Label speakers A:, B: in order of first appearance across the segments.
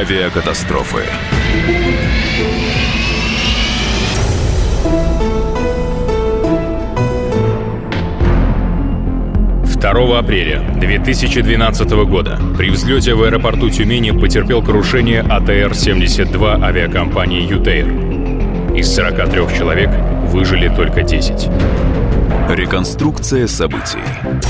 A: Авиакатастрофы.
B: 2 апреля 2012 года при взлете в аэропорту Тюмени потерпел крушение АТР-72 авиакомпании «Ютейр». Из 43 человек выжили только 10.
A: Реконструкция событий.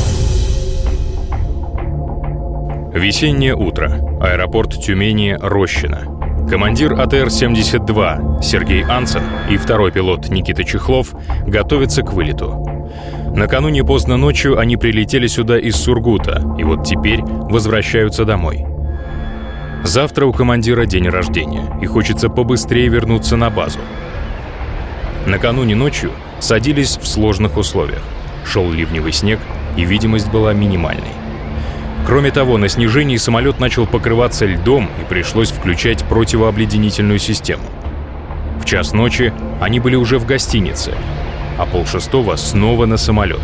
B: Весеннее утро. Аэропорт Тюмени, Рощино. Командир АТР-72 Сергей Анцен и второй пилот Никита Чехлов готовятся к вылету. Накануне поздно ночью они прилетели сюда из Сургута и вот теперь возвращаются домой. Завтра у командира день рождения, и хочется побыстрее вернуться на базу. Накануне ночью садились в сложных условиях. Шел ливневый снег, и видимость была минимальной. Кроме того, на снижении самолет начал покрываться льдом, и пришлось включать противообледенительную систему. В час ночи они были уже в гостинице, а 5:30 снова на самолет.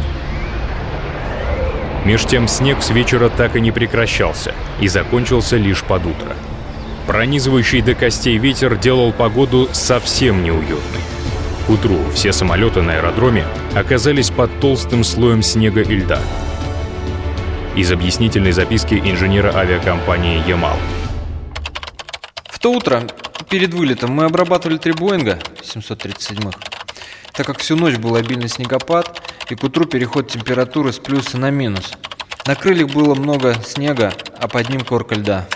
B: Меж тем снег с вечера так и не прекращался и закончился лишь под утро. Пронизывающий до костей ветер делал погоду совсем неуютной. К утру все самолеты на аэродроме оказались под толстым слоем снега и льда. Из объяснительной записки инженера авиакомпании «Ямал».
C: В то утро перед вылетом мы обрабатывали 3 Боинга 737-х, так как всю ночь был обильный снегопад и к утру переход температуры с плюса на минус. На крыльях было много снега, а под ним корка льда.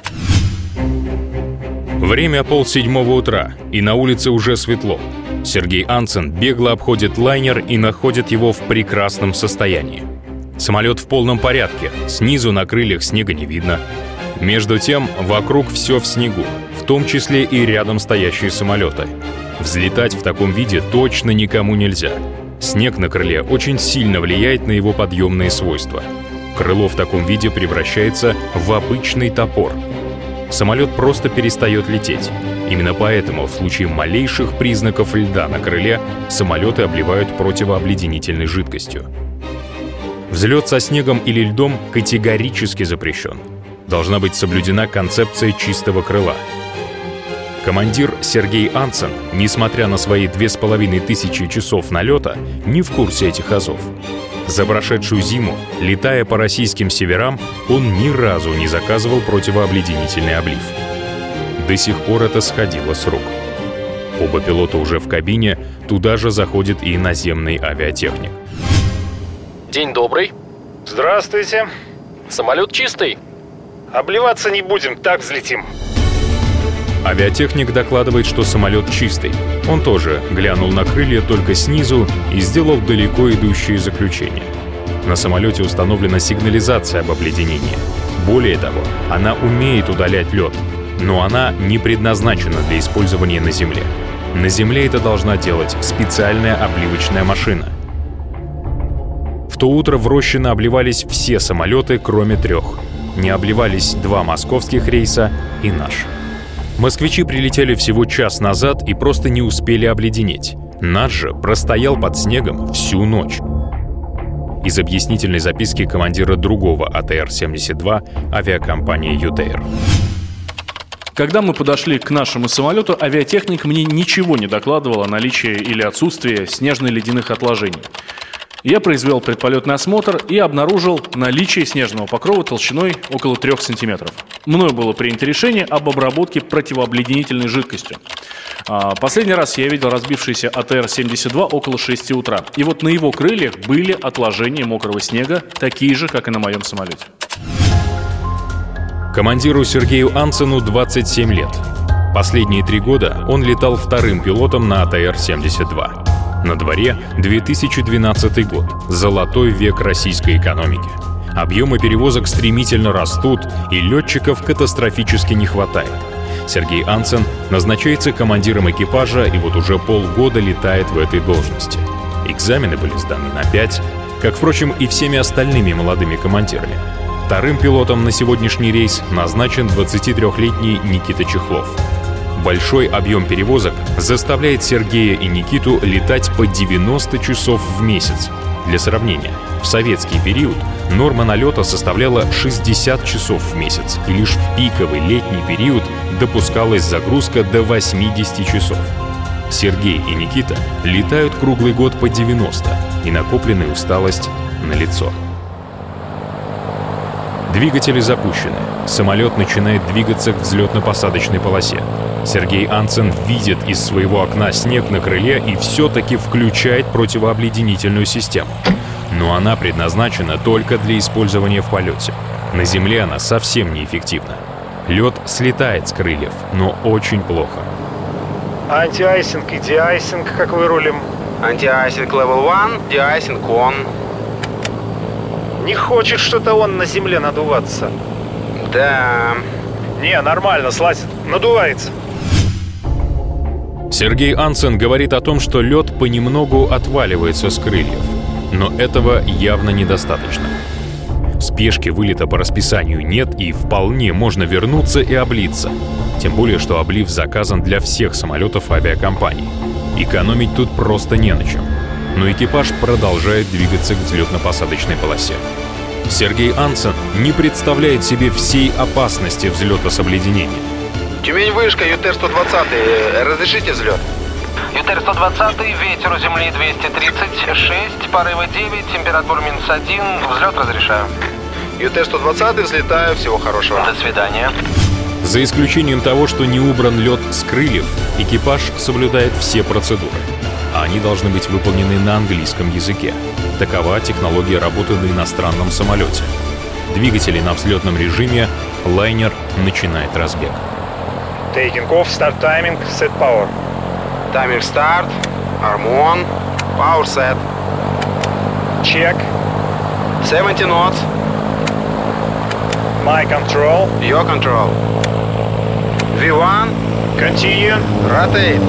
B: Время 6:30 утра, и на улице уже светло. Сергей Анцен бегло обходит лайнер и находит его в прекрасном состоянии. Самолет в полном порядке, снизу на крыльях снега не видно. Между тем, вокруг все в снегу, в том числе и рядом стоящие самолеты. Взлетать в таком виде точно никому нельзя. Снег на крыле очень сильно влияет на его подъемные свойства. Крыло в таком виде превращается в обычный топор. Самолет просто перестает лететь. Именно поэтому в случае малейших признаков льда на крыле самолеты обливают противообледенительной жидкостью. Взлет со снегом или льдом категорически запрещен. Должна быть соблюдена концепция чистого крыла. Командир Сергей Анцен, несмотря на свои 2500 часов налета, не в курсе этих азов. За прошедшую зиму, летая по российским северам, он ни разу не заказывал противообледенительный облив. До сих пор это сходило с рук. Оба пилота уже в кабине, туда же заходит и наземный авиатехник.
D: День добрый.
E: Здравствуйте.
D: Самолет чистый?
E: Обливаться не будем, так взлетим.
B: Авиатехник докладывает, что самолет чистый. Он тоже глянул на крылья только снизу и сделал далеко идущие заключения. На самолете установлена сигнализация об обледенении. Более того, она умеет удалять лед, но она не предназначена для использования на земле. На земле это должна делать специальная обливочная машина. В то утро в Рощино обливались все самолеты, кроме 3. Не обливались 2 московских рейса и наш. Москвичи прилетели всего час назад и просто не успели обледенеть. Наш же простоял под снегом всю ночь. Из объяснительной записки командира другого АТР-72 авиакомпании «Ютейр».
F: Когда мы подошли к нашему самолету, авиатехник мне ничего не докладывал о наличии или отсутствии снежно-ледяных отложений. Я произвел предполетный осмотр и обнаружил наличие снежного покрова толщиной около 3 сантиметров. Мною было принято решение об обработке противообледенительной жидкостью. Последний раз я видел разбившийся АТР-72 около 6 утра. И вот на его крыльях были отложения мокрого снега, такие же, как и на моем самолете.
B: Командиру Сергею Анцену 27 лет. Последние 3 года он летал вторым пилотом на АТР-72. На дворе 2012 год, золотой век российской экономики. Объемы перевозок стремительно растут, и летчиков катастрофически не хватает. Сергей Анцен назначается командиром экипажа и вот уже полгода летает в этой должности. Экзамены были сданы на 5, как, впрочем, и всеми остальными молодыми командирами. Вторым пилотом на сегодняшний рейс назначен 23-летний Никита Чехлов. Большой объем перевозок заставляет Сергея и Никиту летать по 90 часов в месяц. Для сравнения, в советский период норма налета составляла 60 часов в месяц, и лишь в пиковый летний период допускалась загрузка до 80 часов. Сергей и Никита летают круглый год по 90, и накопленная усталость налицо. Двигатели запущены. Самолет начинает двигаться к взлетно-посадочной полосе. Сергей Анцен видит из своего окна снег на крыле и все-таки включает противообледенительную систему. Но она предназначена только для использования в полете. На земле она совсем неэффективна. Лед слетает с крыльев, но очень плохо.
E: Антиайсинг и деайсинг, как вырулим?
G: Антиайсинг level 1, деайсинг on.
E: Не хочет что-то он на земле надуваться.
G: Да.
E: Не, нормально, слазит. Надувается.
B: Сергей Анцен говорит о том, что лед понемногу отваливается с крыльев. Но этого явно недостаточно. Спешки вылета по расписанию нет, и вполне можно вернуться и облиться. Тем более, что облив заказан для всех самолетов авиакомпаний. Экономить тут просто не на чем. Но экипаж продолжает двигаться к взлетно-посадочной полосе. Сергей Анцен не представляет себе всей опасности взлета с обледенением.
G: Тюмень вышка, ЮТР-120, разрешите взлет?
H: ЮТР-120, ветер у земли 236, порывы 9, температура -1, взлет разрешаю.
G: ЮТР-120, взлетаю, всего хорошего.
H: До свидания.
B: За исключением того, что не убран лед с крыльев, экипаж соблюдает все процедуры. А они должны быть выполнены на английском языке. Такова технология работы на иностранном самолете. Двигатели на взлетном режиме, лайнер начинает разбег.
E: Taking off, start timing, set power.
G: Тайминг старт, arm on, power set.
E: Check.
G: 70 knots.
E: My control.
G: Your control. V1.
E: Continue.
G: Rotate.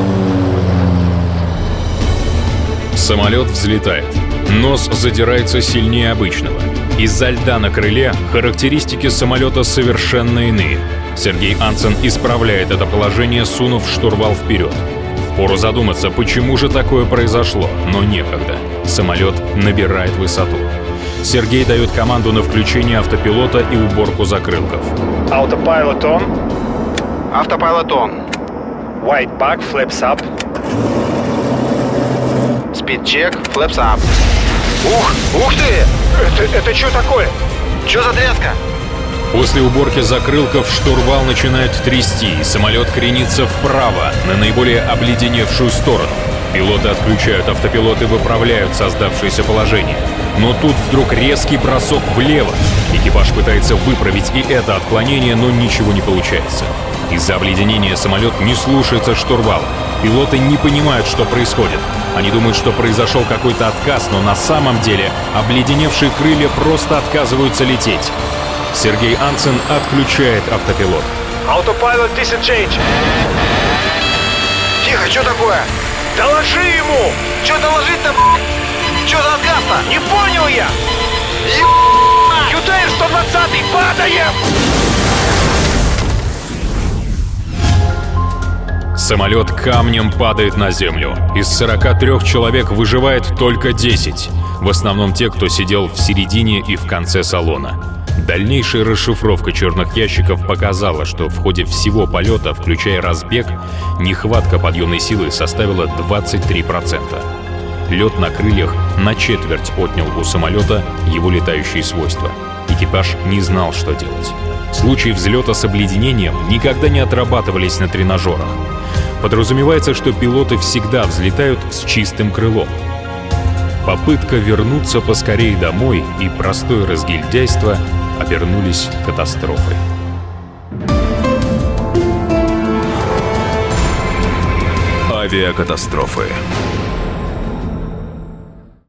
B: Самолет взлетает. Нос задирается сильнее обычного. Из-за льда на крыле характеристики самолета совершенно иные. Сергей Анцен исправляет это положение, сунув штурвал вперед. Впору задуматься, почему же такое произошло, но некогда. Самолет набирает высоту. Сергей дает команду на включение автопилота и уборку закрылков.
E: Autopilot on.
G: Автопилот on.
E: White back, flaps up.
G: Speed check, flaps up. Ух ты!
E: Это что такое?
G: Чё за тряска?
B: После уборки закрылков штурвал начинает трясти, и самолет кренится вправо, на наиболее обледеневшую сторону. Пилоты отключают автопилот и выправляют создавшееся положение. Но тут вдруг резкий бросок влево. Экипаж пытается выправить и это отклонение, но ничего не получается. Из-за обледенения самолет не слушается штурвала. Пилоты не понимают, что происходит. Они думают, что произошел какой-то отказ, но на самом деле обледеневшие крылья просто отказываются лететь. Сергей Анцен отключает автопилот.
E: Autopilot disengage.
G: Тихо, что такое?
E: Доложи ему!
G: Что доложить-то, Что за отказ-то?
E: Не понял я! ЮТР-120, падаем!
B: Самолет камнем падает на землю. Из 43 человек выживает только 10. В основном те, кто сидел в середине и в конце салона. Дальнейшая расшифровка черных ящиков показала, что в ходе всего полета, включая разбег, нехватка подъемной силы составила 23%. Лед на крыльях на четверть отнял у самолета его летающие свойства. Экипаж не знал, что делать. Случаи взлета с обледенением никогда не отрабатывались на тренажерах. Подразумевается, что пилоты всегда взлетают с чистым крылом. Попытка вернуться поскорее домой и простое разгильдяйство обернулись катастрофой.
A: Авиакатастрофы.